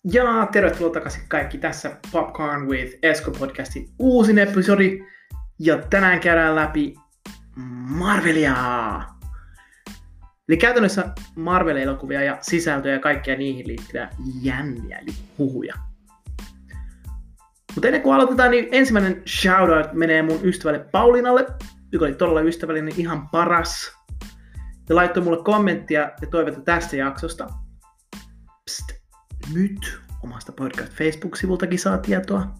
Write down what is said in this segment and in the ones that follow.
Ja tervetuloa takaisin kaikki tässä Popcorn with Esko podcastin uusin episodi. Ja tänään käydään läpi Marvelia. Eli käytännössä Marvel-elokuvia ja sisältöjä ja kaikkia niihin liittyviä jänniä, eli huhuja. Mutta ennen kuin aloitetaan, niin ensimmäinen shoutout menee mun ystävälle Paulinalle, joka oli todella ystävällinen, ihan paras. Ja laittoi mulle kommenttia ja toivetta tästä jaksosta. Psst. Nyt omasta podcast Facebook-sivultakin saa tietoa.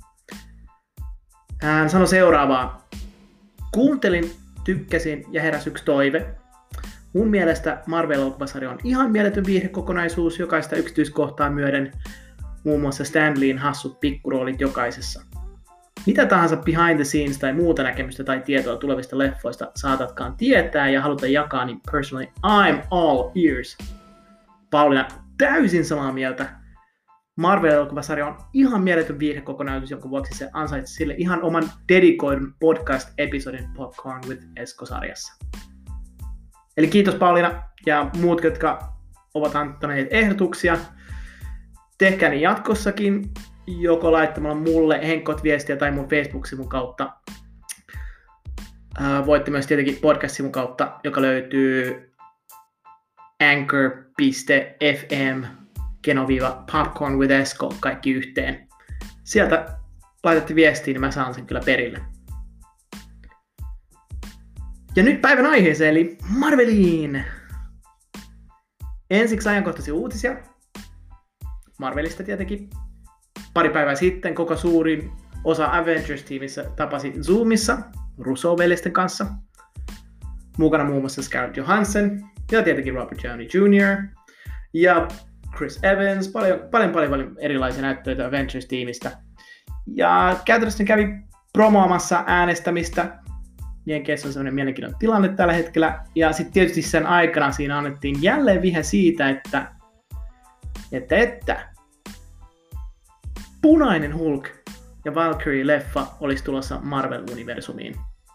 Hän sanoi seuraavaa. Kuuntelin, tykkäsin ja heräsi yksi toive. Mun mielestä Marvel-elokuvasarja on ihan mieletön viihdekokonaisuus jokaista yksityiskohtaa myöden, muun muassa Stan Leen hassut pikkuroolit jokaisessa. Mitä tahansa behind the scenes tai muuta näkemystä tai tietoa tulevista leffoista saatatkaan tietää ja haluta jakaa, niin personally I'm all ears. Paulina, täysin samaa mieltä. Marvel-elokuvasarja on ihan mieletön viihdekokonaisuus, jonka vuoksi se ansaitsee sille ihan oman dedikoidun podcast-episodin Popcorn with Esko-sarjassa. Eli kiitos Paulina ja muut, jotka ovat antaneet ehdotuksia. Tehkää ne jatkossakin, joko laittamalla mulle henkot-viestiä tai mun Facebook-sivun kautta. Voitte myös tietenkin podcast-sivun kautta, joka löytyy anchor.fm /popcorn with Esko, kaikki yhteen. Sieltä laitatte viestiä, niin mä saan sen kyllä perille. Ja nyt päivän aiheeseen, eli Marveliin. Ensiksi ajankohtaisia uutisia. Marvelista tietenkin. Pari päivää sitten koko suurin osa Avengers-tiimissä tapasi Zoomissa Russo-veljesten kanssa. Mukana muun muassa Scarlett Johansson ja tietenkin Robert Downey Jr. ja Chris Evans, paljon erilaisia näyttöitä Avengers-tiimistä. Ja käytännössä kävi promoamassa äänestämistä. Jenkeissä on sellainen mielenkiintoinen tilanne tällä hetkellä. Ja sitten tietysti sen aikana siinä annettiin jälleen vihe siitä, että Punainen Hulk ja Valkyrie-leffa olisi tulossa Marvel-universumiin.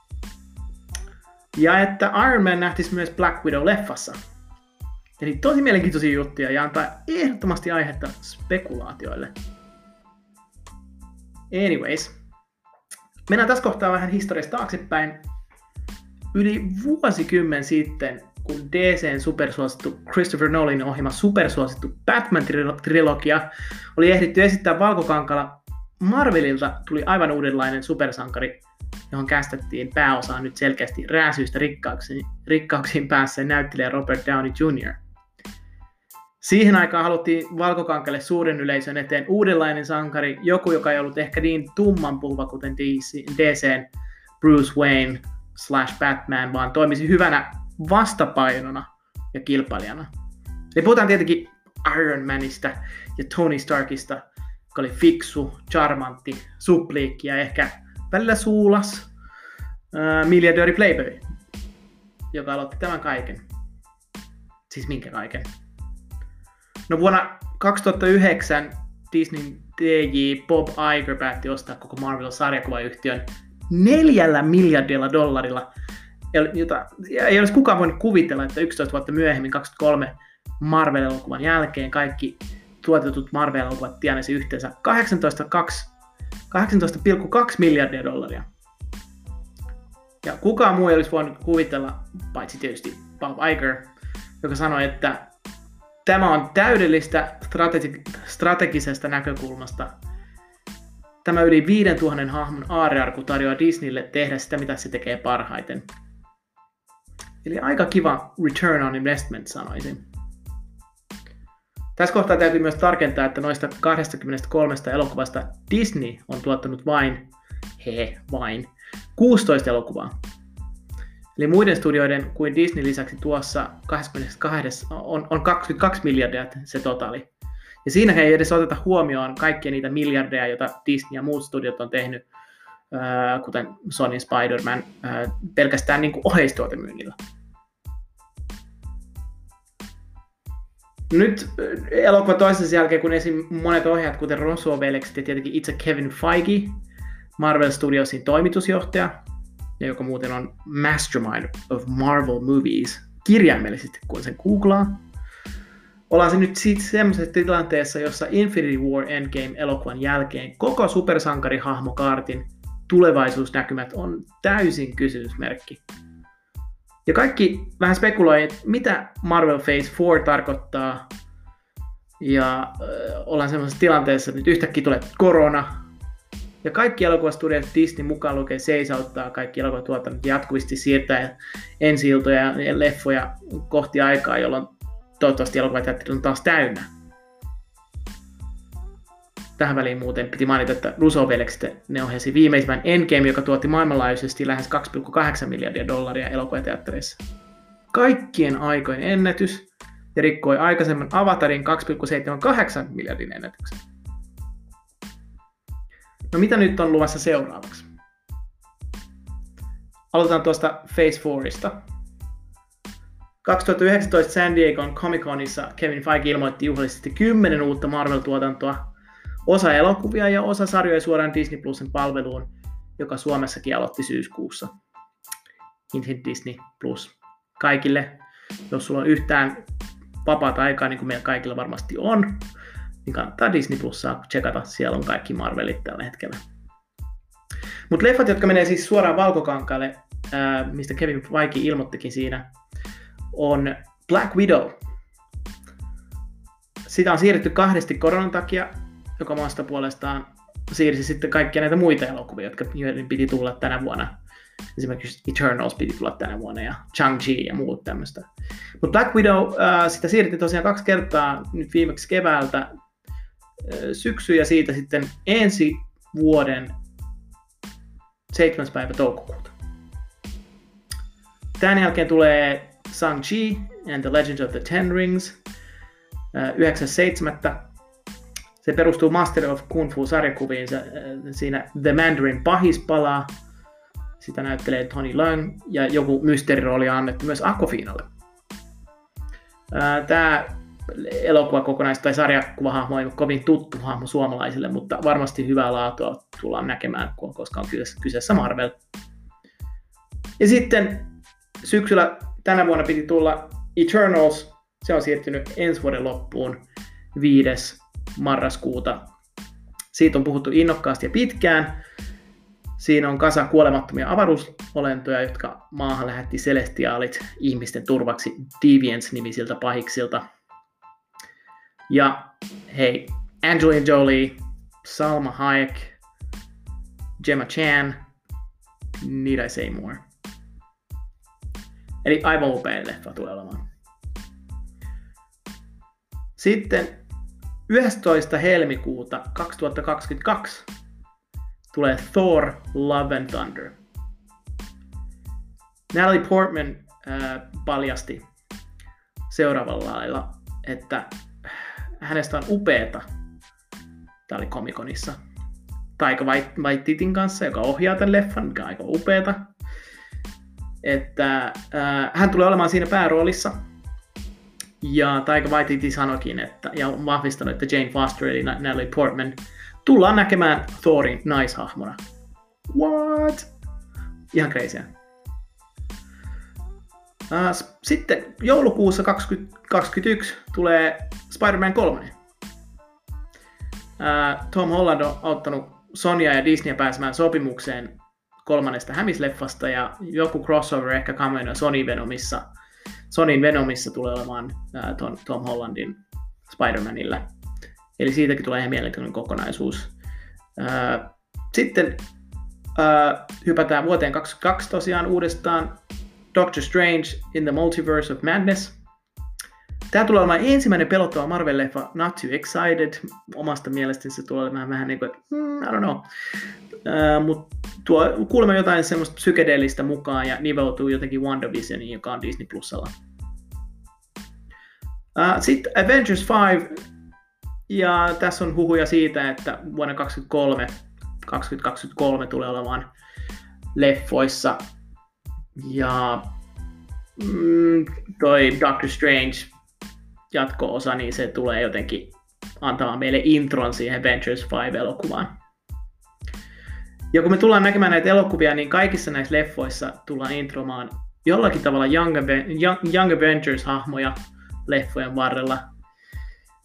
Ja että Iron Man nähtisi myös Black Widow-leffassa. Eli tosi mielenkiintoisia juttuja ja antaa ehdottomasti aihetta spekulaatioille. Anyways, mennään tässä kohtaa vähän historiasta taaksepäin. Yli vuosikymmen sitten, kun DC:n supersuosittu Christopher Nolanin ohjelma supersuosittu Batman-trilogia oli ehditty esittää valkokankalla, Marvelilta tuli aivan uudenlainen supersankari, johon kästettiin pääosaan nyt selkeästi rääsyistä rikkauksiin päässeen näyttelijä Robert Downey Jr. Siihen aikaan haluttiin valkokankalle suuren yleisön eteen uudenlainen sankari, joku, joka ei ollut ehkä niin tummanpuhuva kuten DC:n Bruce Wayne / Batman, vaan toimisi hyvänä vastapainona ja kilpailijana. Eli puhutaan tietenkin Iron Manista ja Tony Starkista, joka oli fiksu, charmantti, supliikki ja ehkä välillä suulas miljardööri playboy, joka aloitti tämän kaiken. Siis minkä kaiken? No vuonna 2009 Disneyn DJ Bob Iger päätti ostaa koko Marvel-sarjakuvayhtiön $4 miljardilla, jota ei olisi kukaan voinut kuvitella, että 11 vuotta myöhemmin 23 Marvel-elokuvan jälkeen kaikki tuotetut Marvel-elokuvat tienasi yhteensä $18,2 miljardia. Ja kukaan muu ei olisi voinut kuvitella, paitsi tietysti Bob Iger, joka sanoi, että tämä on täydellistä strategisesta näkökulmasta. Tämä yli 5000 hahmon aarrearku tarjoaa Disneylle tehdä sitä, mitä se tekee parhaiten. Eli aika kiva return on investment, sanoisin. Tässä kohtaa täytyy myös tarkentaa, että noista 23 elokuvasta Disney on tuottanut vain 16 elokuvaa. Eli muiden studioiden kuin Disney lisäksi tuossa 22 on 22 miljardia se totaali. Ja siinä ei edes oteta huomioon kaikkia niitä miljardeja, joita Disney ja muut studiot on tehnyt, kuten Sony Spider-Man, pelkästään niin kuin oheistuotemyynnillä. Nyt elokuva toisensa jälkeen, kun esim. Monet ohjaajat, kuten Russo-veljekset ja tietenkin itse Kevin Feige, Marvel Studiosin toimitusjohtaja, ja joka muuten on Mastermind of Marvel Movies, kirjaimellisesti kun sen googlaa, ollaan se nyt siitä semmoisessa tilanteessa, jossa Infinity War Endgame-elokuvan jälkeen koko supersankarihahmokaartin tulevaisuusnäkymät on täysin kysymysmerkki. Ja kaikki vähän spekuloi, että mitä Marvel Phase 4 tarkoittaa. Ja ollaan semmoisessa tilanteessa, että nyt yhtäkkiä tulee korona. Ja kaikki elokuvastudiot Disney mukaan lukee seisauttaa kaikki elokuvatuotannot jatkuvasti siirtää ensi-iltoja ja leffoja kohti aikaa, jolloin toivottavasti elokuvateatteri on taas täynnä. Tähän väliin muuten piti mainita, että Russo-veljekset ne ohjasi viimeisimmän Endgame, joka tuotti maailmanlaajuisesti lähes $2,8 miljardia elokuvateattereissa. Kaikkien aikojen ennätys ja rikkoi aikaisemman Avatarin 2,78 miljardin ennätyksen. No mitä nyt on luvassa seuraavaksi? Aloitetaan tuosta Phase 4:sta. 2019 San Diegon Comic-Conissa Kevin Feige ilmoitti juhlallisesti 10 uutta Marvel-tuotantoa, osa elokuvia ja osa sarjoja suoraan Disney Plusen palveluun, joka Suomessakin aloitti syyskuussa. Hint Disney Plus kaikille. Jos sulla on yhtään vapaata aikaa, niin kuin meillä kaikilla varmasti on, niin kannattaa Disney Plusaa tsekata. Siellä on kaikki Marvelit tällä hetkellä. Mutta leffat, jotka menee siis suoraan valkokankaalle, mistä Kevin Feige ilmoittikin siinä, on Black Widow. Sitä on siirretty 2 koronan takia, joka maasta puolestaan siirsi sitten kaikkia näitä muita elokuvia, joiden piti tulla tänä vuonna. Esimerkiksi Eternals piti tulla tänä vuonna ja Shang-Chi ja muut tämmöistä. Mutta Black Widow, sitä siirrettiin tosiaan 2 kertaa nyt viimeksi keväältä syksyyn ja siitä sitten ensi vuoden 7. päivä toukokuuta. Tämän jälkeen tulee Shang-Chi and the Legend of the Ten Rings 9.7. Se perustuu Master of Kung Fu-sarjakuviin. Siinä The Mandarin pahis palaa. Sitä näyttelee Tony Leung ja joku mysteerirooli on annettu myös Awkwafinalle. Tämä elokuva tai sarjakuvahahmo ei ole kovin tuttu hahmo suomalaisille, mutta varmasti hyvää laatua tullaan näkemään, koska on kyseessä Marvel. Ja sitten syksyllä tänä vuonna piti tulla Eternals. Se on siirtynyt ensi vuoden loppuun 5. marraskuuta. Siitä on puhuttu innokkaasti ja pitkään. Siinä on kasa kuolemattomia avaruusolentoja, jotka maahan lähetti celestiaalit ihmisten turvaksi Deviants-nimisiltä pahiksilta. Ja hei, Angelina Jolie, Salma Hayek, Gemma Chan, need I say more. Eli aivan upea leffa tulee olemaan. Sitten 11. helmikuuta 2022 tulee Thor Love and Thunder. Natalie Portman paljasti seuraavalla lailla, että hänestä on upeeta. Tämä oli Comic-Conissa Taika Waititin kanssa, joka ohjaa tämän leffan, mikä on aika upeeta. Että hän tulee olemaan siinä pääroolissa. Ja Taika Waititi sanoikin, ja on vahvistanut, että Jane Foster eli Natalie Portman tullaan näkemään Thorin naishahmona. What? Ihan crazyä. Sitten joulukuussa 2021 tulee Spider-Man 3. Tom Holland on auttanut Sonya ja Disneyä pääsemään sopimukseen 3. Hämisleffasta ja joku crossover ehkä cameo Sonyn Venomissa tulee olemaan Tom Hollandin Spider-Manilla. Eli siitäkin tulee ihan mielenkiintoinen kokonaisuus. Sitten hypätään vuoteen 2022 tosiaan uudestaan. Doctor Strange in the Multiverse of Madness. Tämä tulee olemaan ensimmäinen pelottava Marvel-leffa Not Too Excited. Omasta mielestäni se tulee vähän niin kuin, I don't know. Mutta kuulemme jotain semmoista psykedeellistä mukaan ja nivoutuu jotenkin WandaVisioniin, joka on Disney Plusalla. Sitten Avengers 5. Ja tässä on huhuja siitä, että vuonna 2023 tulee olemaan leffoissa. Ja toi Doctor Strange jatko-osa, niin se tulee jotenkin antamaan meille intron siihen Avengers 5-elokuvaan. Ja kun me tullaan näkemään näitä elokuvia, niin kaikissa näissä leffoissa tullaan intromaan jollakin tavalla Young Avengers-hahmoja leffojen varrella.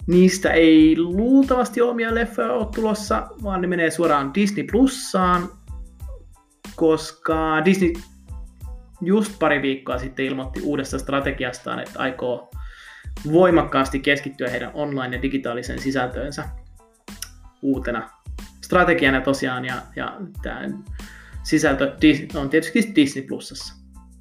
Niistä ei luultavasti omia leffoja ole tulossa, vaan ne menee suoraan Disney Plussaan, koska Disney just pari viikkoa sitten ilmoitti uudesta strategiastaan, että aikoo voimakkaasti keskittyä heidän online- ja digitaaliseen sisältöönsä uutena strategiana tosiaan, ja tämä sisältö on tietysti Disney Plusassa.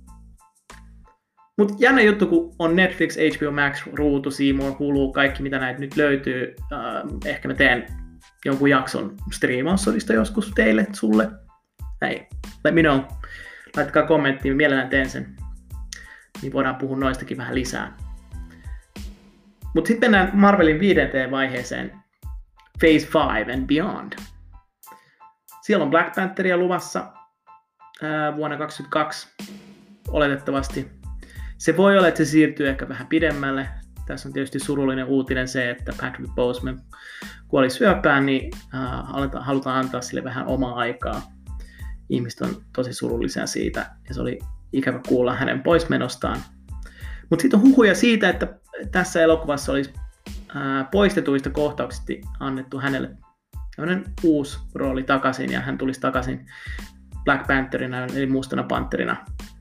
Mutta jännä juttu, kun on Netflix, HBO Max, Ruutu, C More, Hulu, kaikki mitä näitä nyt löytyy. Ehkä mä teen jonkun jakson striimaussodista joskus teille, sulle. Hei, let me know. Laittakaa kommenttiin, mielellään teen sen. Niin voidaan puhua noistakin vähän lisää. Mutta sitten mennään Marvelin 5. vaiheeseen, Phase 5 and Beyond. Siellä on Black Pantheria luvassa vuonna 2022 oletettavasti. Se voi olla, että se siirtyy ehkä vähän pidemmälle. Tässä on tietysti surullinen uutinen se, että Patrick Boseman kuoli syöpään, niin halutaan antaa sille vähän omaa aikaa. Ihmiset on tosi surullisia siitä, ja se oli ikävä kuulla hänen poismenostaan. Mutta sitten on huhuja siitä, että tässä elokuvassa olisi poistetuista kohtauksista annettu hänelle uusi rooli takaisin, ja hän tulisi takaisin Black Pantherina, eli Mustana Pantherina.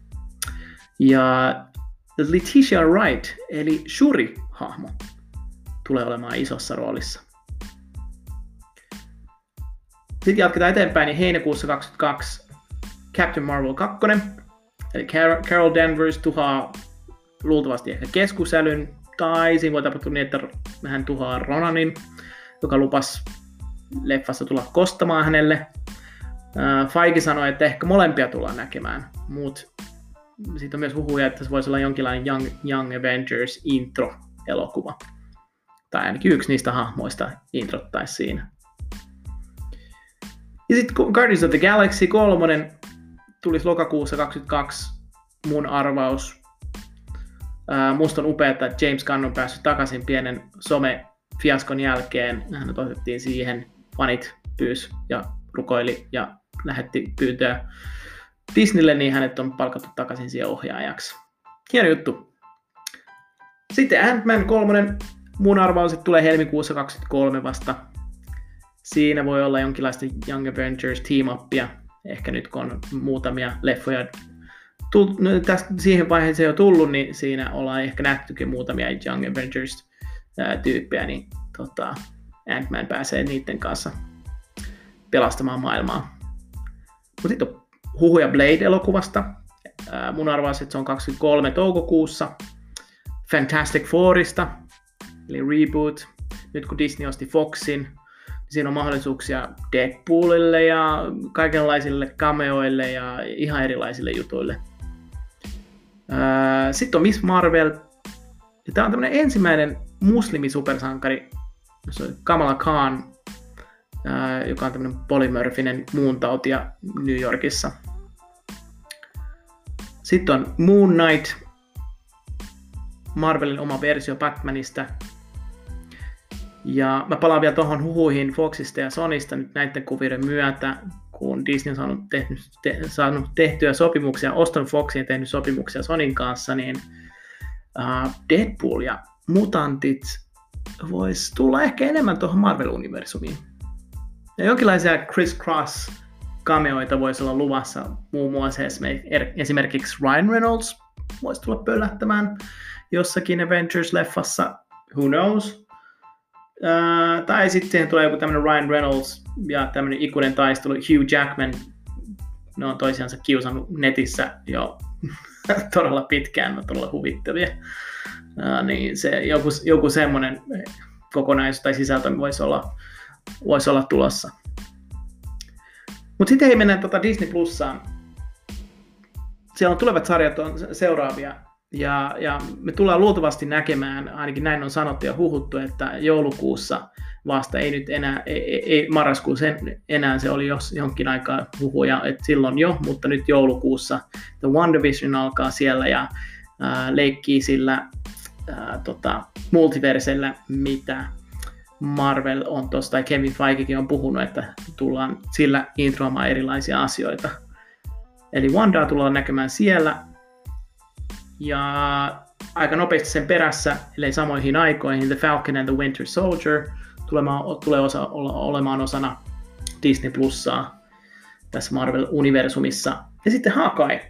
Ja Letitia Wright, eli Shuri-hahmo, tulee olemaan isossa roolissa. Sitten jatketaan eteenpäin, niin heinäkuussa 2022 Captain Marvel 2, eli Carol Danvers tuhaa luultavasti ehkä keskusälyn, tai siinä voi tapahtua niin, että hän tuhaa Ronanin, joka lupasi leffassa tulla kostamaan hänelle. Feige sanoi, että ehkä molempia tullaan näkemään, mutta siitä on myös huhuja, että se voisi olla jonkinlainen Young Avengers intro-elokuva. Tai ainakin yksi niistä hahmoista introttaisi siinä. Ja sitten Guardians of the Galaxy 3 tulisi lokakuussa 2022 mun arvaus. Musta on upeaa, että James Gunn on päässyt takaisin pienen some-fiaskon jälkeen. Hän otettiin siihen, fanit pyysi ja rukoili ja lähetti pyyntöä Disneylle, niin hänet on palkattu takaisin siihen ohjaajaksi. Hieno juttu. Sitten Ant-Man 3, mun arvaus, että tulee helmikuussa 2023 vasta. Siinä voi olla jonkinlaista Young Avengers team-uppia. Ehkä nyt kun on muutamia leffoja siihen vaiheeseen jo tullut, niin siinä ollaan ehkä nähtykin muutamia Young Avengers tyyppejä, niin Ant-Man pääsee niiden kanssa pelastamaan maailmaa. Mutta sitten on huhuja Blade-elokuvasta. Mun arvaus, että se on 23 toukokuussa. Fantastic Fourista, eli reboot. Nyt kun Disney osti Foxin, niin siinä on mahdollisuuksia Deadpoolille ja kaikenlaisille cameoille ja ihan erilaisille jutuille. Sitten on Miss Marvel. Tämä on tämmöinen ensimmäinen muslimisupersankari, Kamala Khan, joka on tämmöinen polymorfinen muuntautia New Yorkissa. Sitten on Moon Knight, Marvelin oma versio Batmanista. Ja mä palaan vielä tuohon huhuihin Foxista ja Sonysta nyt näiden kuvien myötä, kun Disney on saanut tehtyä sopimuksia, ostanut Foxin ja tehnyt sopimuksia Sonyn kanssa, niin Deadpool ja mutantit vois tulla ehkä enemmän tuohon Marvel-universumiin. Ja jonkinlaisia Criss Cross cameoita voisi olla luvassa, muun muassa esimerkiksi Ryan Reynolds voisi tulla pöllähtämään jossakin Avengers-leffassa, who knows. Tai sitten siihen tulee joku tämmöinen Ryan Reynolds ja tämmöinen ikuinen taistelu Hugh Jackman. Ne on toisiansa kiusannut netissä jo todella pitkään, ne on todella huvittavia. Niin se joku semmoinen kokonaisuus tai sisältö voisi olla tulossa. Mutta sitten ei mennä Disney Plussaan. Siellä on tulevat sarjat on seuraavia. Ja me tullaan luultavasti näkemään, ainakin näin on sanottu ja huhuttu, että joulukuussa vasta, ei nyt enää, ei marraskuussa enää, se oli jonkin aikaa huhuja, että silloin jo, mutta nyt joulukuussa The WandaVision alkaa siellä ja leikkii sillä multiversellä, mitä Marvel on tuossa, tai Kevin Feigekin on puhunut, että tullaan sillä introamaan erilaisia asioita. Eli Wandaa tullaan näkemään siellä. Ja aika nopeasti sen perässä, ellei samoihin aikoihin, The Falcon and the Winter Soldier tulee olemaan osana Disney Plusaa tässä Marvel-universumissa. Ja sitten Hawkeye,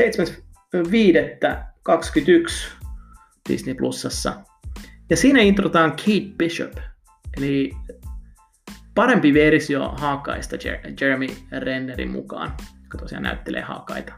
7.5.21 Disney Plusassa. Ja siinä introtaan Kate Bishop, eli parempi versio Hawkeista Jeremy Rennerin mukaan, joka tosiaan näyttelee Hawkeita.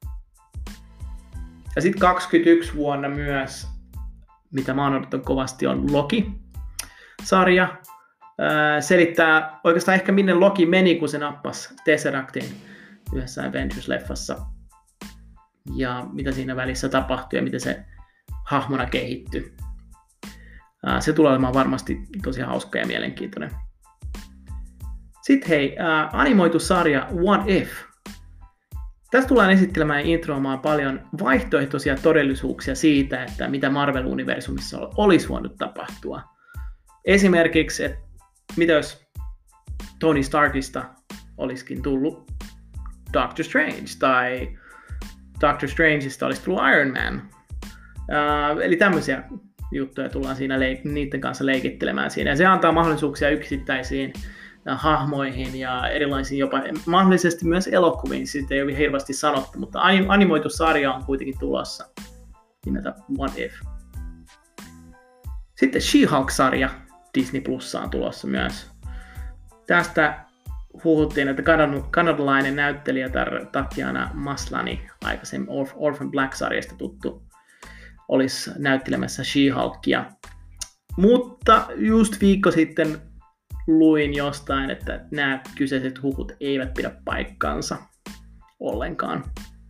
Ja sitten 21 vuonna myös, mitä mä oon odottanut kovasti, on Loki-sarja. Selittää oikeastaan ehkä minne Loki meni, kun se nappasi Tesseractin yhdessä Avengers-leffassa. Ja mitä siinä välissä tapahtui ja miten se hahmona kehittyi. Se tulee olemaan varmasti tosi hauska ja mielenkiintoinen. Sitten hei, animoitu sarja What If? Tässä tullaan esittelemään ja introamaan paljon vaihtoehtoisia todellisuuksia siitä, että mitä Marvel-universumissa olisi voinut tapahtua. Esimerkiksi, että mitä jos Tony Starkista olisikin tullut Doctor Strange, tai Doctor Strangeista olisi tullut Iron Man. Eli tämmöisiä juttuja tullaan siinä niiden kanssa leikittelemään siinä. Ja se antaa mahdollisuuksia yksittäisiin hahmoihin ja erilaisiin jopa mahdollisesti myös elokuviin. Siitä ei ole hirveästi sanottu, mutta animoitu sarja on kuitenkin tulossa nimeltä What If. Sitten She-Hulk-sarja Disney Plussa on tulossa myös. Tästä huhuttiin, että kanadalainen näyttelijä Tatiana Maslany, aikaisemmin Orphan Black-sarjasta tuttu, olisi näyttelemässä She-Hulkia. Mutta just viikko sitten luin jostain, että nämä kyseiset huhut eivät pidä paikkaansa ollenkaan.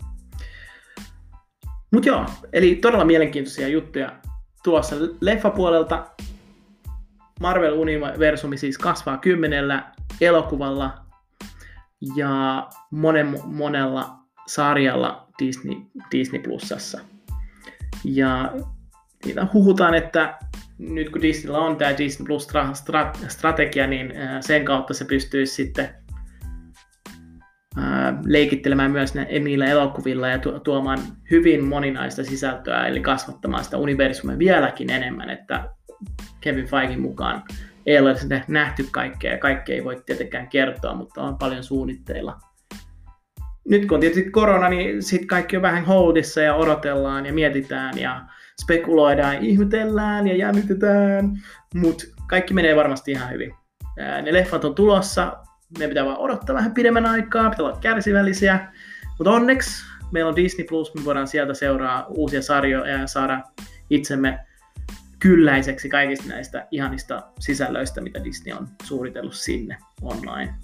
Mutta joo, eli todella mielenkiintoisia juttuja tulossa leffapuolelta. Marvel-universumi siis kasvaa 10 elokuvalla ja monella sarjalla Disney Plusassa. Ja niitä huhutaan, että nyt kun Disneyllä on tämä Disney Plus-strategia, niin sen kautta se pystyisi sitten leikittelemään myös niillä elokuvilla ja tuomaan hyvin moninaista sisältöä, eli kasvattamaan sitä universumia vieläkin enemmän, että Kevin Feigen mukaan ei ole nähty kaikkea ja kaikkea ei voi tietenkään kertoa, mutta on paljon suunnitteilla. Nyt kun on tietysti korona, niin sitten kaikki on vähän holdissa ja odotellaan ja mietitään ja spekuloidaan, ihmetellään ja jännitetään, mutta kaikki menee varmasti ihan hyvin. Ne leffat on tulossa, meidän pitää vaan odottaa vähän pidemmän aikaa, pitää olla kärsivällisiä, mutta onneksi meillä on Disney Plus, me voidaan sieltä seuraa uusia sarjoja ja saada itsemme kylläiseksi kaikista näistä ihanista sisällöistä, mitä Disney on suunnitellut sinne online.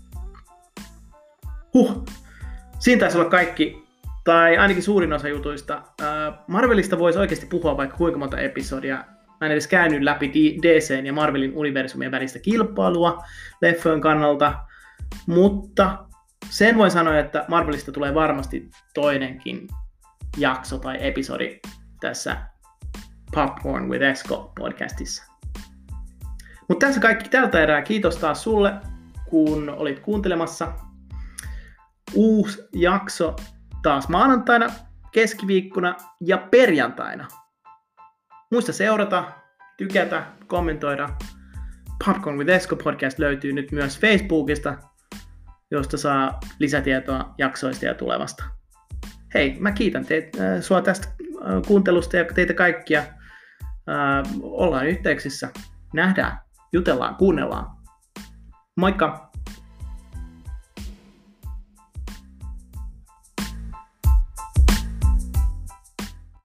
Siinä taisi olla kaikki, tai ainakin suurin osa jutuista. Marvelista voisi oikeasti puhua vaikka kuinka monta episodia. Mä en edes käynyt läpi DC:n ja Marvelin universumien välistä kilpailua leffojen kannalta, mutta sen voin sanoa, että Marvelista tulee varmasti toinenkin jakso tai episodi tässä Popcorn with Esko podcastissa. Mutta tässä kaikki tältä erää. Kiitos taas sulle, kun olit kuuntelemassa. Uusi jakso taas maanantaina, keskiviikkona ja perjantaina. Muista seurata, tykätä, kommentoida. Popcorn with Esko podcast löytyy nyt myös Facebookista, josta saa lisätietoa jaksoista ja tulevasta. Hei, mä kiitän sua tästä kuuntelusta ja teitä kaikkia. Ollaan yhteyksissä. Nähdään, jutellaan, kuunnellaan. Moikka!